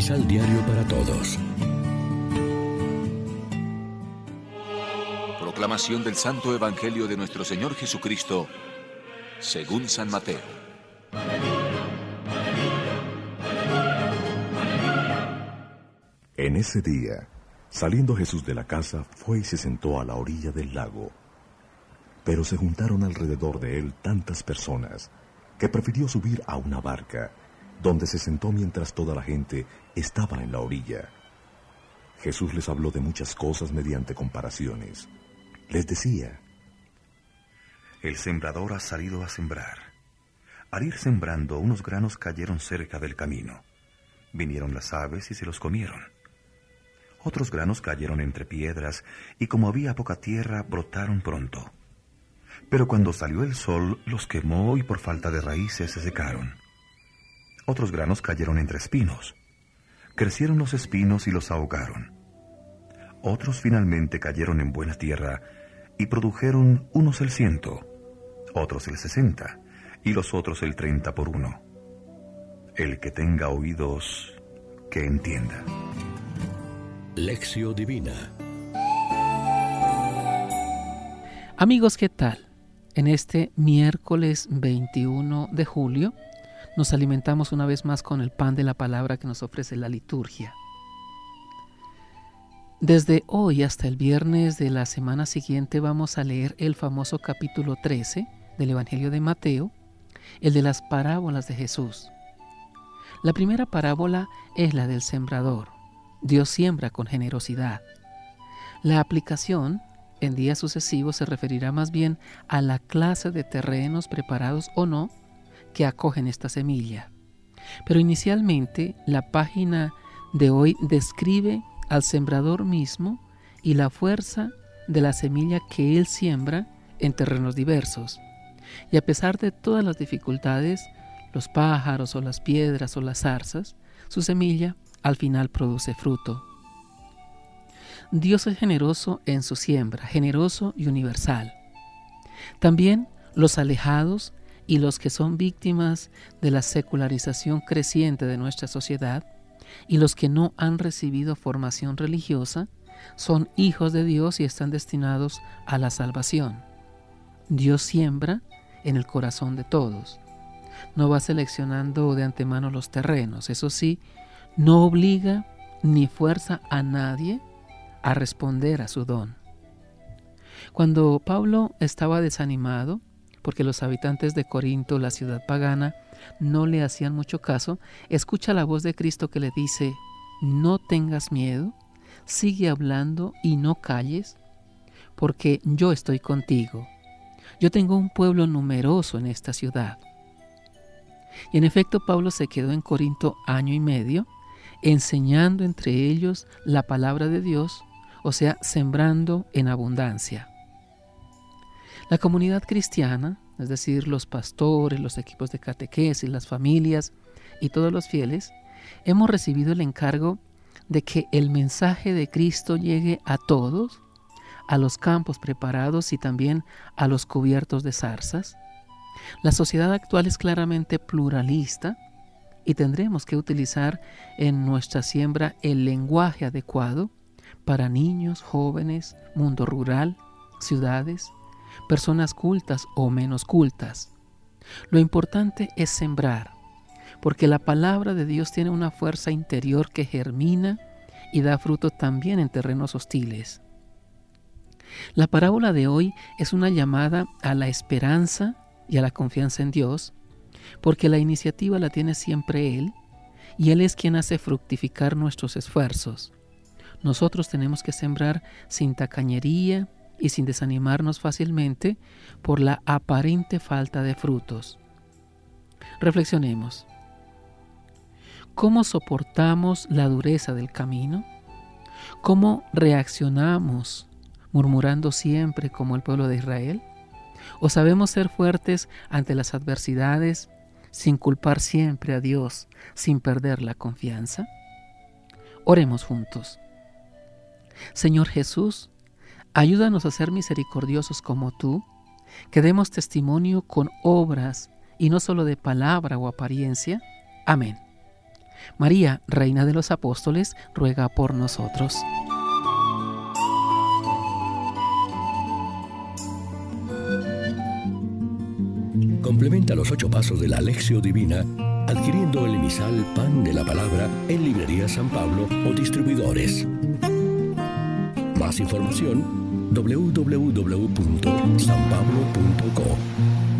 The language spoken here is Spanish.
Misal Diario para Todos. Proclamación del Santo Evangelio de nuestro Señor Jesucristo, según San Mateo. En ese día, saliendo Jesús de la casa, fue y se sentó a la orilla del lago. Pero se juntaron alrededor de él tantas personas, que prefirió subir a una barca, donde se sentó mientras toda la gente estaba en la orilla. Jesús les habló de muchas cosas mediante comparaciones. Les decía: El sembrador ha salido a sembrar. Al ir sembrando, unos granos cayeron cerca del camino. Vinieron las aves y se los comieron. Otros granos cayeron entre piedras, y como había poca tierra, brotaron pronto. Pero cuando salió el sol, los quemó y por falta de raíces se secaron. Otros granos cayeron entre espinos. Crecieron los espinos y los ahogaron. Otros finalmente cayeron en buena tierra y produjeron unos el 100, otros el 60 y los otros el 30 por 1. El que tenga oídos, que entienda. Lección Divina. Amigos, ¿qué tal? En este miércoles 21 de julio nos alimentamos una vez más con el pan de la palabra que nos ofrece la liturgia. Desde hoy hasta el viernes de la semana siguiente vamos a leer el famoso capítulo 13 del Evangelio de Mateo, el de las parábolas de Jesús. La primera parábola es la del sembrador. Dios siembra con generosidad. La aplicación en días sucesivos se referirá más bien a la clase de terrenos preparados o no que acogen esta semilla. Pero inicialmente la página de hoy describe al sembrador mismo y la fuerza de la semilla que él siembra en terrenos diversos. Y a pesar de todas las dificultades, los pájaros o las piedras o las zarzas, su semilla al final produce fruto. Dios es generoso en su siembra, generoso y universal. También los alejados y los que son víctimas de la secularización creciente de nuestra sociedad y los que no han recibido formación religiosa son hijos de Dios y están destinados a la salvación. Dios siembra en el corazón de todos. No va seleccionando de antemano los terrenos. Eso sí, no obliga ni fuerza a nadie a responder a su don. Cuando Pablo estaba desanimado, porque los habitantes de Corinto, la ciudad pagana, no le hacían mucho caso, escucha la voz de Cristo que le dice: no tengas miedo, sigue hablando y no calles, porque yo estoy contigo. Yo tengo un pueblo numeroso en esta ciudad. Y en efecto, Pablo se quedó en Corinto 1 año y medio, enseñando entre ellos la palabra de Dios, o sea, sembrando en abundancia. La comunidad cristiana, es decir, los pastores, los equipos de catequesis, las familias y todos los fieles, hemos recibido el encargo de que el mensaje de Cristo llegue a todos, a los campos preparados y también a los cubiertos de zarzas. La sociedad actual es claramente pluralista y tendremos que utilizar en nuestra siembra el lenguaje adecuado para niños, jóvenes, mundo rural, ciudades, personas cultas o menos cultas. Lo importante es sembrar, porque la palabra de Dios tiene una fuerza interior que germina y da fruto también en terrenos hostiles. La parábola de hoy es una llamada a la esperanza y a la confianza en Dios, porque la iniciativa la tiene siempre Él, y Él es quien hace fructificar nuestros esfuerzos. Nosotros tenemos que sembrar sin tacañería y sin desanimarnos fácilmente por la aparente falta de frutos. Reflexionemos. ¿Cómo soportamos la dureza del camino? ¿Cómo reaccionamos murmurando siempre como el pueblo de Israel? ¿O sabemos ser fuertes ante las adversidades sin culpar siempre a Dios, sin perder la confianza? Oremos juntos. Señor Jesús, ayúdanos a ser misericordiosos como tú, que demos testimonio con obras y no solo de palabra o apariencia. Amén. María, Reina de los Apóstoles, ruega por nosotros. Complementa los 8 pasos de la Alexio Divina adquiriendo el emisal Pan de la Palabra en Librería San Pablo o distribuidores. Más información www.sanpablo.co.